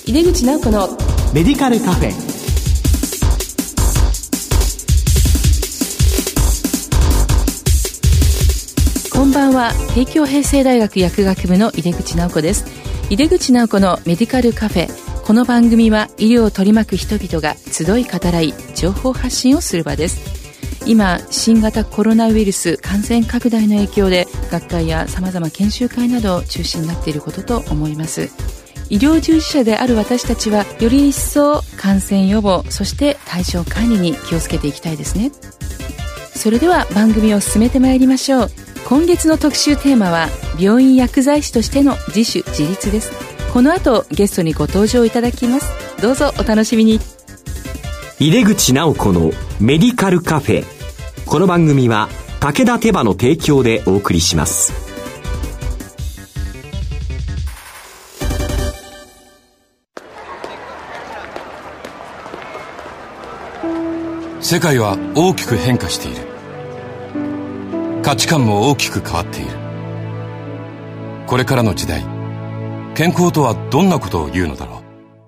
井出口直子のメディカルカフェ。 こんばんは。帝京平成大学薬学部の井出口直子です。井出口直子のメディカルカフェ。この番組は医療を取り巻く人々が集い語らい情報発信をする場です。今、新型コロナウイルス感染拡大の影響で学会や様々研修会など中止になっていることと思います。医療従事者である私たちはより一層感染予防、そして体調管理に気をつけていきたいですね。それでは番組を進めてまいりましょう。今月の特集テーマは病院薬剤師としての自主自立です。この後ゲストにご登場いただきます。どうぞお楽しみに。 井出口直子のメディカルカフェ。この番組は武田手羽の提供でお送りします。 世界は大きく変化している。価値観も大きく変わっている。これからの時代、健康とはどんなことを言うのだろ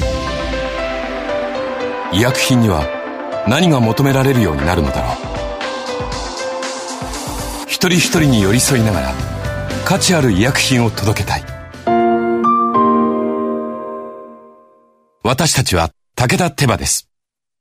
う。医薬品には何が求められるようになるのだろう。一人一人に寄り添いながら価値ある医薬品を届けたい。私たちは武田手羽です。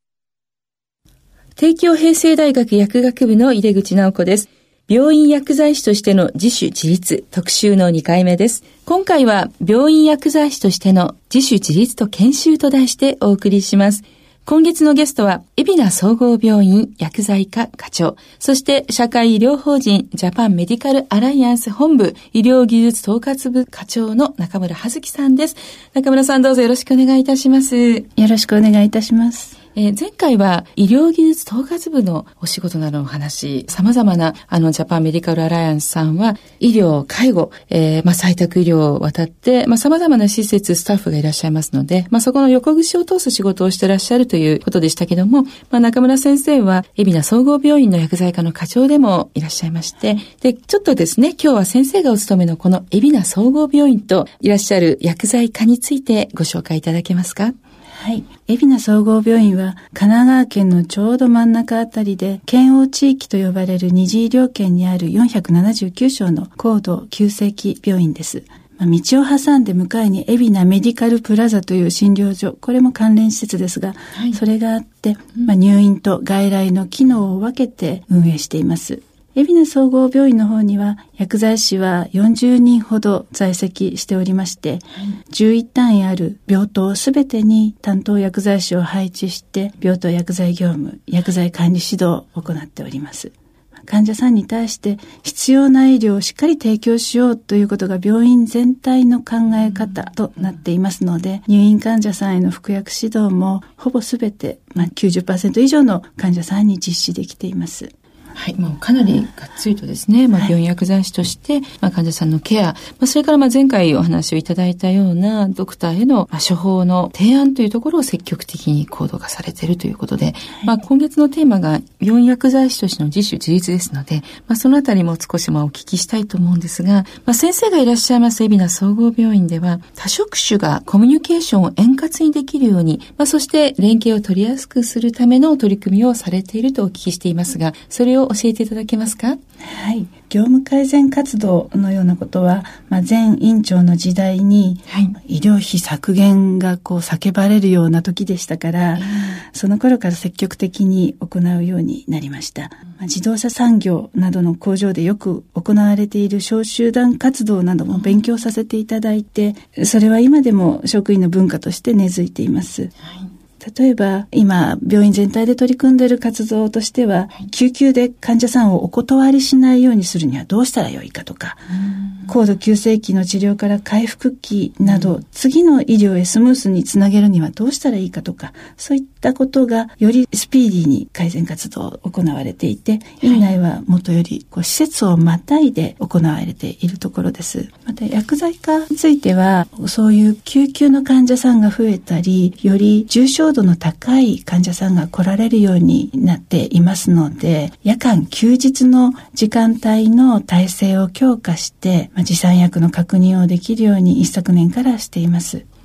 帝京平成大学薬学部の井出口直子です。病院薬剤師としての自主自立特集の2回目です。今回は病院薬剤師としての自主自立と研修と題してお送りします。今月のゲストは海老名総合病院薬剤科課長、そして社会医療法人ジャパンメディカルアライアンス本部医療技術統括部課長の中村葉月さんです。中村さん、どうぞよろしくお願いいたします。 よろしくお願いいたします。 前回は医療技術統括部のお仕事などの話、様々なジャパンメディカルアライアンスさんは医療、介護、採択医療を渡って、様々な施設、スタッフがいらっしゃいますので、そこの横串を通す仕事をしていらっしゃるということでしたけども、中村先生は海老名総合病院の薬剤科の課長でもいらっしゃいまして、で、ちょっとですね、今日は先生がお勤めのこの海老名総合病院といらっしゃる薬剤科についてご紹介いただけますか？ はい。海老名総合病院は神奈川県のちょうど真ん中あたりで県央地域と呼ばれる二次医療圏にある479床の高度急性期病院です。道を挟んで向かいに海老名メディカルプラザという診療所、これも関連施設ですが、はい、それがあって、入院と外来の機能を分けて運営しています。海老名総合病院の方には薬剤師は40人ほど在籍しておりまして、11単位ある病棟すべてに担当薬剤師を配置して病棟薬剤業務、薬剤管理指導を行っております。患者さんに対して必要な医療をしっかり提供しようということが病院全体の考え方となっていますので、入院患者さんへの服薬指導もほぼすべて、90% 以上の患者さんに実施できています。 はい、もうかなりがっつりとですね、病院薬剤師として、患者さんのケア、それから前回お話をいただいたようなドクターへの、処方の提案というところを積極的に行動化されているということで、今月のテーマが病院薬剤師としての自主自立ですので、そのあたりも少しお聞きしたいと思うんですが、先生がいらっしゃいます海老名総合病院では多職種がコミュニケーションを円滑にできるように、そして連携を取りやすくするための取り組みをされているとお聞きしていますが、それを教えていただけますか？ はい。業務改善活動のようなことは、前院長の時代に、医療費削減が叫ばれるような時でしたから、その頃から積極的に行うようになりました。自動車産業などの工場でよく行われている小集団活動なども勉強させていただいて、それは今でも職員の文化として根付いています。例えば今病院全体で取り組んでいる活動としては、救急で患者さんをお断りしないようにするにはどうしたらよいかとか、高度急性期の治療から回復期など、次の医療へスムースにつなげるにはどうしたらいいかとか、そういったことがよりスピーディーに改善活動を行われていて、院内はもとより施設をまたいで行われているところです。また薬剤科については、そういう救急の患者さんが増えたり、より重症度の高い患者さんが来られるようになっていますので、夜間休日の時間帯の体制を強化して、持参薬の確認をできるように一昨年からしています。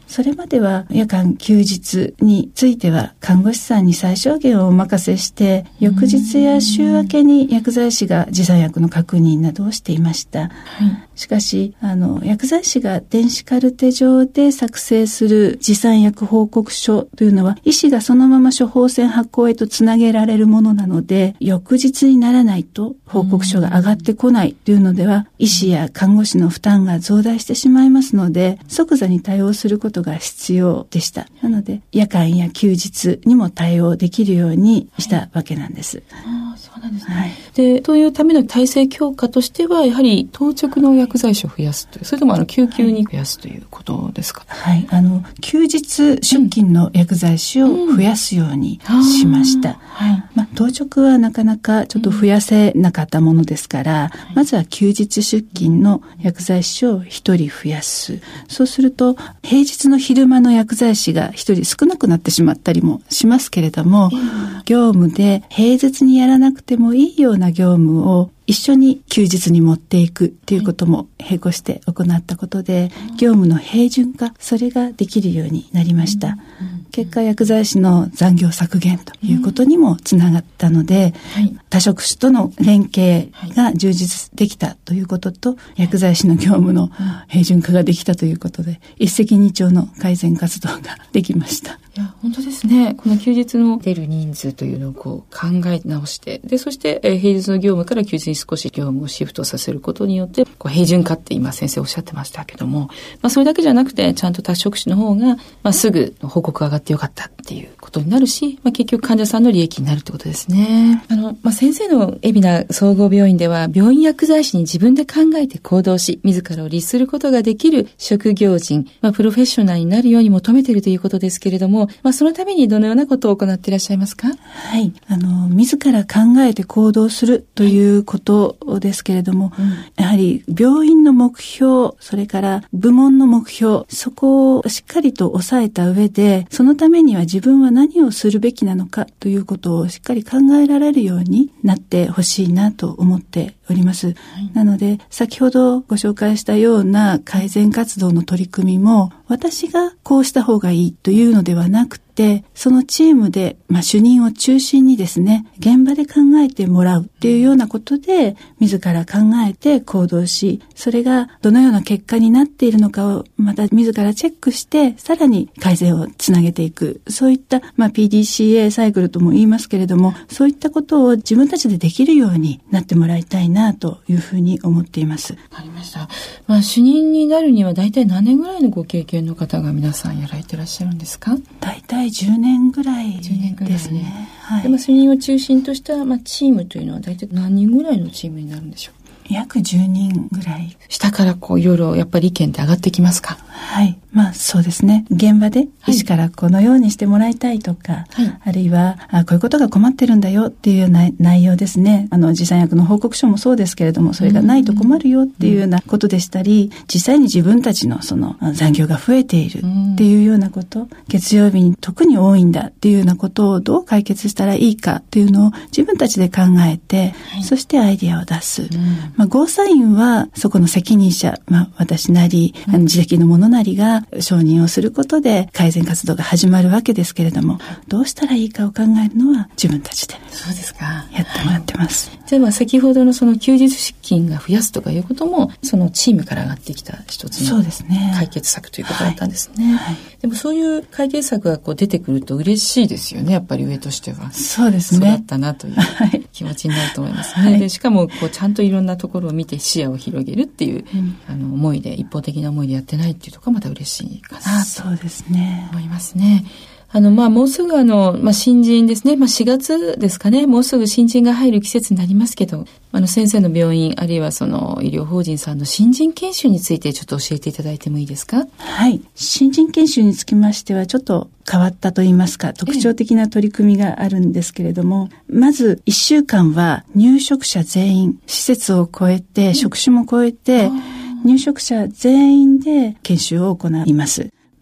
それまでは夜間休日については看護師さんに最小限をお任せして、翌日や週明けに薬剤師が持参薬の確認などをしていました。しかし薬剤師が電子カルテ上で作成する持参薬報告書というのは、医師がそのまま処方箋発行へとつなげられるものなので、翌日にならないと報告書が上がってこないというのでは、医師や看護師の負担が増大してしまいますので、即座に対応することが必要でした。なので夜間や休日にも対応できるようにしたわけなんです。 そうなんですね。で、というための体制強化としては、やはり当直の薬剤師を増やすという、それとも救急に増やすということですか？ 休日出勤の薬剤師を増やすようにしました。当直はなかなかちょっと増やせなかったものですから、まずは休日出勤の薬剤師を1人増やす。そうすると平日の昼間の薬剤師が1人少なくなってしまったりもしますけれども、業務で平日にやらなくてもいいような業務を一緒に休日に持っていくということも並行して行ったことで、業務の平準化、それができるようになりました。結果薬剤師の残業削減ということにもつながったので、他職種との連携が充実できたということと、薬剤師の業務の平準化ができたということで、一石二鳥の改善活動ができました。 いや、本当ですね。この休日の出る人数というのを考え直して、で、そして平日の業務から休日に少し業務をシフトさせることによって、平準化って今先生おっしゃってましたけども、それだけじゃなくて、ちゃんと他職種の方が、すぐ報告が上がってよかったっていうことになるし、結局患者さんの利益になるってことですね。先生の海老名総合病院では、病院薬剤師に自分で考えて行動し、自らを律することができる職業人、プロフェッショナルになるように求めているということですけれども、そのためにどのようなことを行っていらっしゃいますか？ はい。自ら考えて行動するということですけれども、やはり病院の目標、それから部門の目標、そこをしっかりと抑えた上で、そのためには自分は何をするべきなのかということをしっかり考えられるようになってほしいなと思っております。なので、先ほどご紹介したような改善活動の取り組みも、私がこうした方がいいというのではなくて、そのチームで、主任を中心にですね、現場で考えてもらうっていうようなことで、自ら考えて行動し、それがどのような結果になっているのかをまた自らチェックして、さらに改善をつなげていく。そういった、PDCA サイクルとも言いますけれども、そういったことを自分たちでできるようになってもらいたいなというふうに思っています。 わかりました。主任になるには大体何年ぐらいのご経験の方が皆さんやられていらっしゃるんですか？ 大体10年ぐらいですね。 で、主任を中心とした、チームというのは大体何人ぐらいのチームになるんでしょう？ 約10人ぐらい。 下からいろいろやっぱり意見って上がってきますか？ はい。そうですね。現場で医師からこのようにしてもらいたいとか、あるいはこういうことが困ってるんだよっていうような内容ですね。持参薬の報告書もそうですけれども、それがないと困るよっていうようなことでしたり、実際に自分たちのその残業が増えているっていうようなこと、月曜日に特に多いんだっていうようなことをどう解決したらいいかっていうのを自分たちで考えて、そしてアイディアを出す。ゴーサインはそこの責任者、私なり、自責の者なりが承認をすることで改善活動が始まるわけですけれども、どうしたらいいかを考えるのは自分たちでやってもらってます。 じゃあ先ほどのその休日出勤が増やすとかいうことも、そのチームから上がってきた一つの解決策ということだったんですね。でもそういう解決策が出てくると嬉しいですよね。やっぱり上としては。 そうですね。 そうだったなという気持ちになると思いますね。でしかもちゃんといろんなところを見て視野を広げるっていう、思いで、一方的な思いでやってないっていうところがまた嬉しいかなと思いますね。もうすぐ新人ですね。4月ですかね。もうすぐ新人が入る季節になりますけど、先生の病院、あるいはその医療法人さんの新人研修についてちょっと教えていただいてもいいですか？ はい。新人研修につきましては、ちょっと変わったと言いますか、特徴的な取り組みがあるんですけれども、まず1週間は入職者全員、施設を超えて、職種も超えて、入職者全員で研修を行います。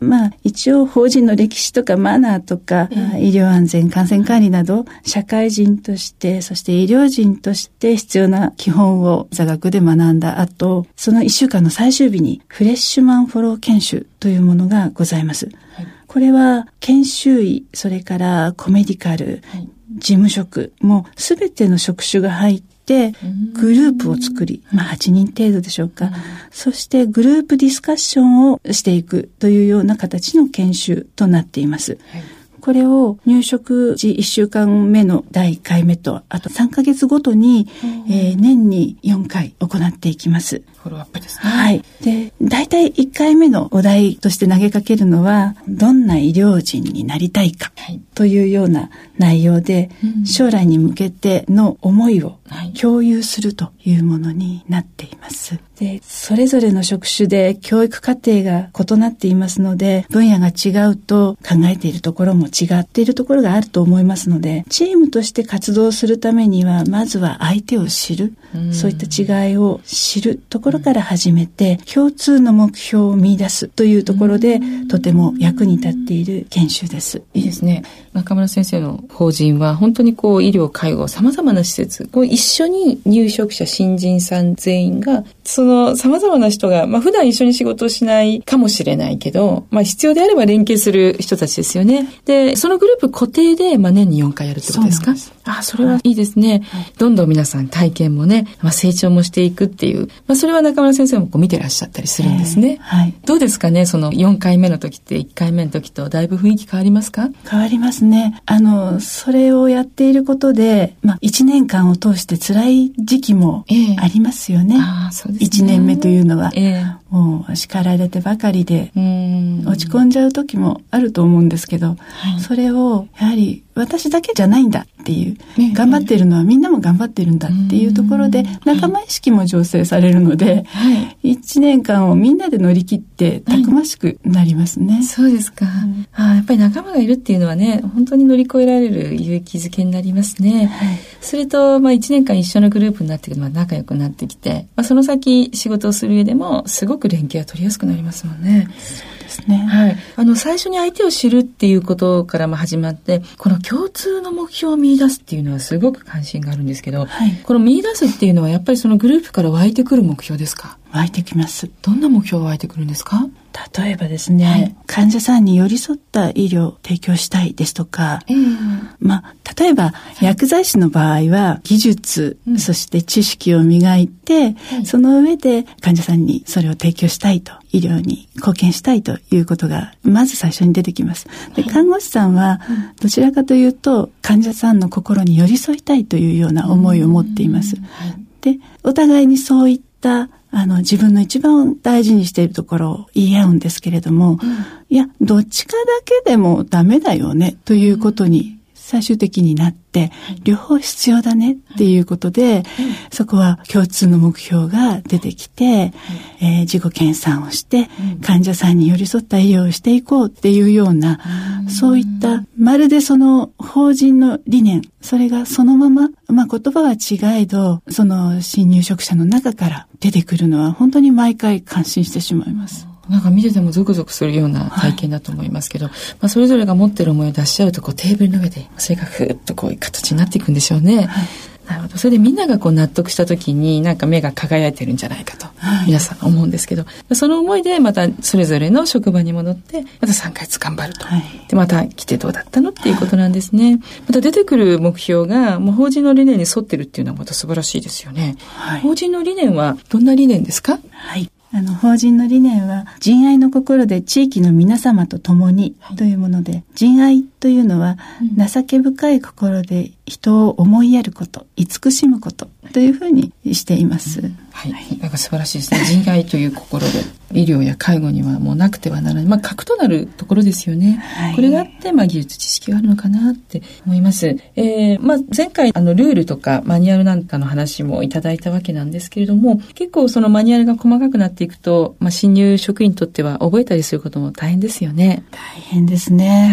一応法人の歴史とかマナーとか、医療安全感染管理など社会人としてそして医療人として必要な基本を座学で学んだ後、その1週間の最終日にフレッシュマンフォロー研修というものがございます。これは研修医、それからコメディカル、事務職もすべての職種が入ってグループを作り、8人程度でしょうか、そしてグループディスカッションをしていくというような形の研修となっています。これを入職時1週間目の第1回目と、あと3ヶ月ごとに、年に4回行っていきます。 フォローアップですね。 はい。で、大体1回目のお題として投げかけるのは、どんな医療人になりたいかというような内容で、将来に向けての思いを共有するというものになっています。で、それぞれの職種で教育課程が異なっていますので、分野が違うと考えているところも違っているところがあると思いますので、チームとして活動するためには、まずは相手を知る、そういった違いを知るところから始めて、共通の目標を見出すというところで、とても役に立っている研修です。 いいですね。中村先生の法人は本当に医療、介護、様々な施設、一緒に入職者、新人さん全員が、その様々な人が、普段一緒に仕事をしないかもしれないけど、必要であれば連携する人たちですよね。で、そのグループ固定で、年に4回やるってことですか？それはいいですね。どんどん皆さん体験もね、成長もしていくっていう、それは中村先生も見てらっしゃったりするんですね。どうですかね、その4回目の時って1回目の時とだいぶ雰囲気変わりますか？ 変わりますね。それをやっていることで、1年間を通して辛い時期もありますよね。 そうですね。 1年目というのは、もう叱られてばかりで、落ち込んじゃう時もあると思うんですけど、それをやはり私だけじゃないんだっていう、頑張っているのはみんなも頑張っているんだっていうところで、仲間意識も醸成されるので、1年間をみんなで乗り切ってたくましくなりますね。 そうですか。やっぱり仲間がいるっていうのはね、本当に乗り越えられる勇気づけになりますね。それと、1年間一緒のグループになっていくのは仲良くなってきて、その先仕事をする上でもすごく連携が取りやすくなりますもんね。 ですね。 最初に相手を知るっていうことからも始まって、この共通の目標を見出すっていうのはすごく関心があるんですけど、この見出すっていうのはやっぱりそのグループから湧いてくる目標ですか？ 湧いてきます。 どんな目標が湧いてくるんですか？ 例えばですね、患者さんに寄り添った医療を提供したいですとか、例えば薬剤師の場合は技術、そして知識を磨いて、その上で患者さんにそれを提供したいと、医療に貢献したいということがまず最初に出てきます。で、看護師さんはどちらかというと患者さんの心に寄り添いたいというような思いを持っています。で、お互いにそういった自分の一番大事にしているところを言い合うんですけれども、いや、どっちかだけでもダメだよねということに最終的になって、両方必要だねっていうことで、そこは共通の目標が出てきて、自己研鑽をして、患者さんに寄り添った医療をしていこうっていうような、そういったまるでその法人の理念、それがそのまま、言葉は違えど、その新入職者の中から出てくるのは本当に毎回感心してしまいます。 なんか見ててもゾクゾクするような体験だと思いますけど、それぞれが持ってる思いを出し合うとテーブルの上でそれがふーっとこういう形になっていくんでしょうね。なるほど。それでみんなが納得した時になんか目が輝いてるんじゃないかと皆さん思うんですけど、その思いでまたそれぞれの職場に戻ってまた3ヶ月頑張ると、でまた来てどうだったのっていうことなんですね。また出てくる目標がもう法人の理念に沿ってるっていうのはまた素晴らしいですよね。法人の理念はどんな理念ですか？ 法人の理念は仁愛の心で地域の皆様と共にというもので、仁愛というのは情け深い心で人を思いやること、慈しむことというふうにしています。 なんか素晴らしいですね。仁愛という心で医療や介護にはもうなくてはならない、核となるところですよね。これがあって技術知識があるのかなって思います。前回ルールとかマニュアルなんかの話もいただいたわけなんですけれども、結構そのマニュアルが細かくなっていくと、新入職員にとっては覚えたりすることも大変ですよね。 大変ですね。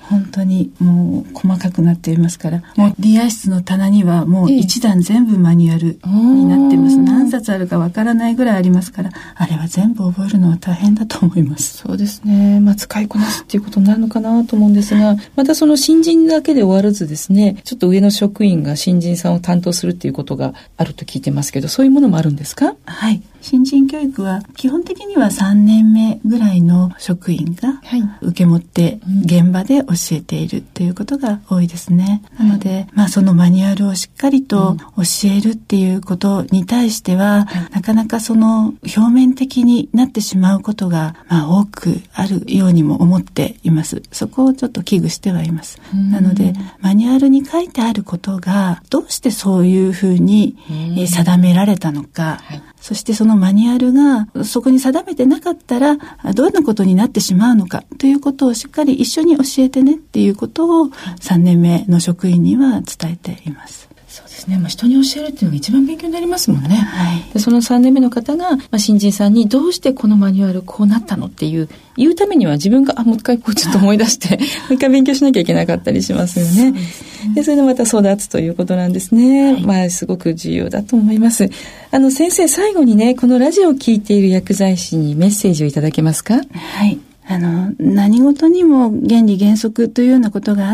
本当にもう細かくなっていますから、もう DI 室の棚にはもう一段全部マニュアルになっています。何冊あるかわからないぐらいありますから、あれは全部覚えるのは大変だと思います。 そうですね。使いこなすっていうことになるのかなと思うんですが、またその新人だけで終わらずですね、ちょっと上の職員が新人さんを担当するっていうことがあると聞いてますけど、そういうものもあるんですか？ はい。新人教育は基本的には3年目ぐらいの職員が受け持って現場で教えているということが多いですね。なので、そのマニュアルをしっかりと教えるっていうことに対しては、なかなかその表面的になってしまうことが多くあるようにも思っています。そこをちょっと危惧してはいます。なので、マニュアルに書いてあることがどうしてそういうふうに定められたのか、そしてそのマニュアルがそこに定めてなかったらどんなことになってしまうのかということをしっかり一緒に教えてねっていうことを3年目の職員には伝えています。 そうですね。人に教えるっていうのが一番勉強になりますもんね。でその3年目の方が、新人さんにどうしてこのマニュアルこうなったのって言うためには自分がもう一回こうちょっと思い出してもう一回勉強しなきゃいけなかったりしますよね。でそれでまた育つということなんですね。すごく重要だと思います。先生、最後にね、このラジオを聞いている薬剤師にメッセージをいただけますか？ はい。何事にも原理原則というようなことがあって、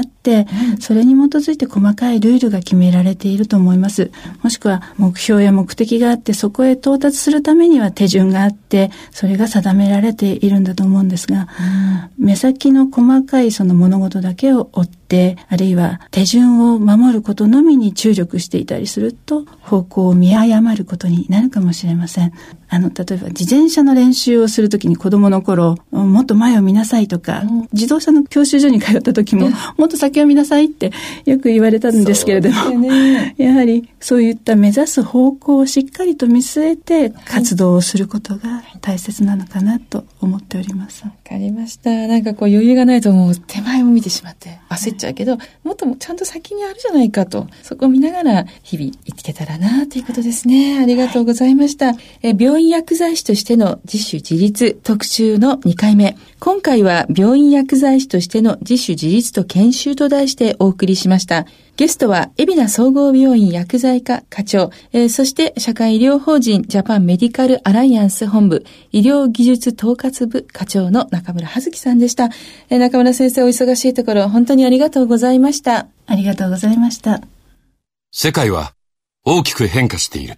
それに基づいて細かいルールが決められていると思います。もしくは目標や目的があって、そこへ到達するためには手順があって、それが定められているんだと思うんですが、目先の細かいその物事だけを追って、あるいは手順を守ることのみに注力していたりすると、方向を見誤ることになるかもしれません。例えば自転車の練習をするときに子供の頃、もっと前を見なさいとか、自動車の教習所に通ったときも、もっと先を見なさいってよく言われたんですけれども、やはりそういった目指す方向をしっかりと見据えて活動をすることが大切なのかなと思っております。 わかりました。余裕がないともう手前を見てしまって焦っちゃうけど、もっとちゃんと先にあるじゃないかと、そこを見ながら日々生きてたらなということですね。ありがとうございました。病院薬剤師としての自主自立特集の2回目。今回は病院薬剤師としての自主自立と研修と題してお送りしました。ゲストは海老名総合病院薬剤科課長、そして社会医療法人ジャパンメディカルアライアンス本部医療技術統括部課長の中村葉月さんでした。中村先生、お忙しいところ本当にありがとうございました。 ありがとうございました。 世界は大きく変化している。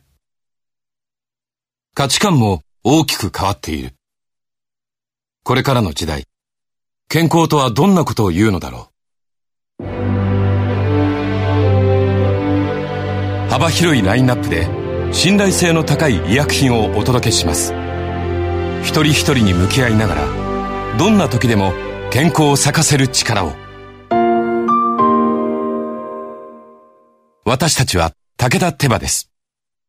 価値観も大きく変わっている。これからの時代、健康とはどんなことを言うのだろう。幅広いラインナップで信頼性の高い医薬品をお届けします。一人一人に向き合いながら、どんな時でも健康を咲かせる力を。私たちは武田手羽です。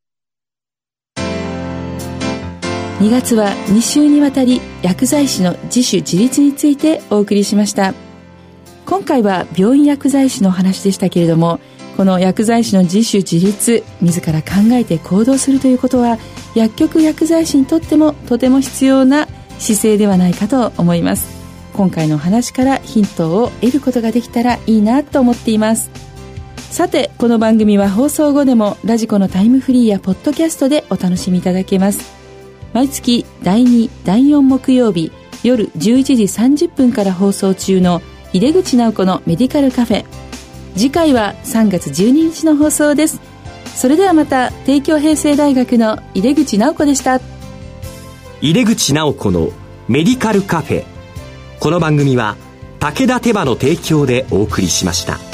2月は2週にわたり薬剤師の自主自立についてお送りしました。今回は病院薬剤師のお話でしたけれども、この薬剤師の自主自立、自ら考えて行動するということは、薬局薬剤師にとってもとても必要な姿勢ではないかと思います。今回のお話からヒントを得ることができたらいいなと思っています。さて、この番組は放送後でもラジコのタイムフリーやポッドキャストでお楽しみいただけます。毎月第2、第4木曜日夜11時30分から放送中の井出口直子のメディカルカフェ。次回は3月12日の放送です。それではまた。帝京平成大学の井出口直子でした。 井出口直子のメディカルカフェ。この番組は武田手羽の提供でお送りしました。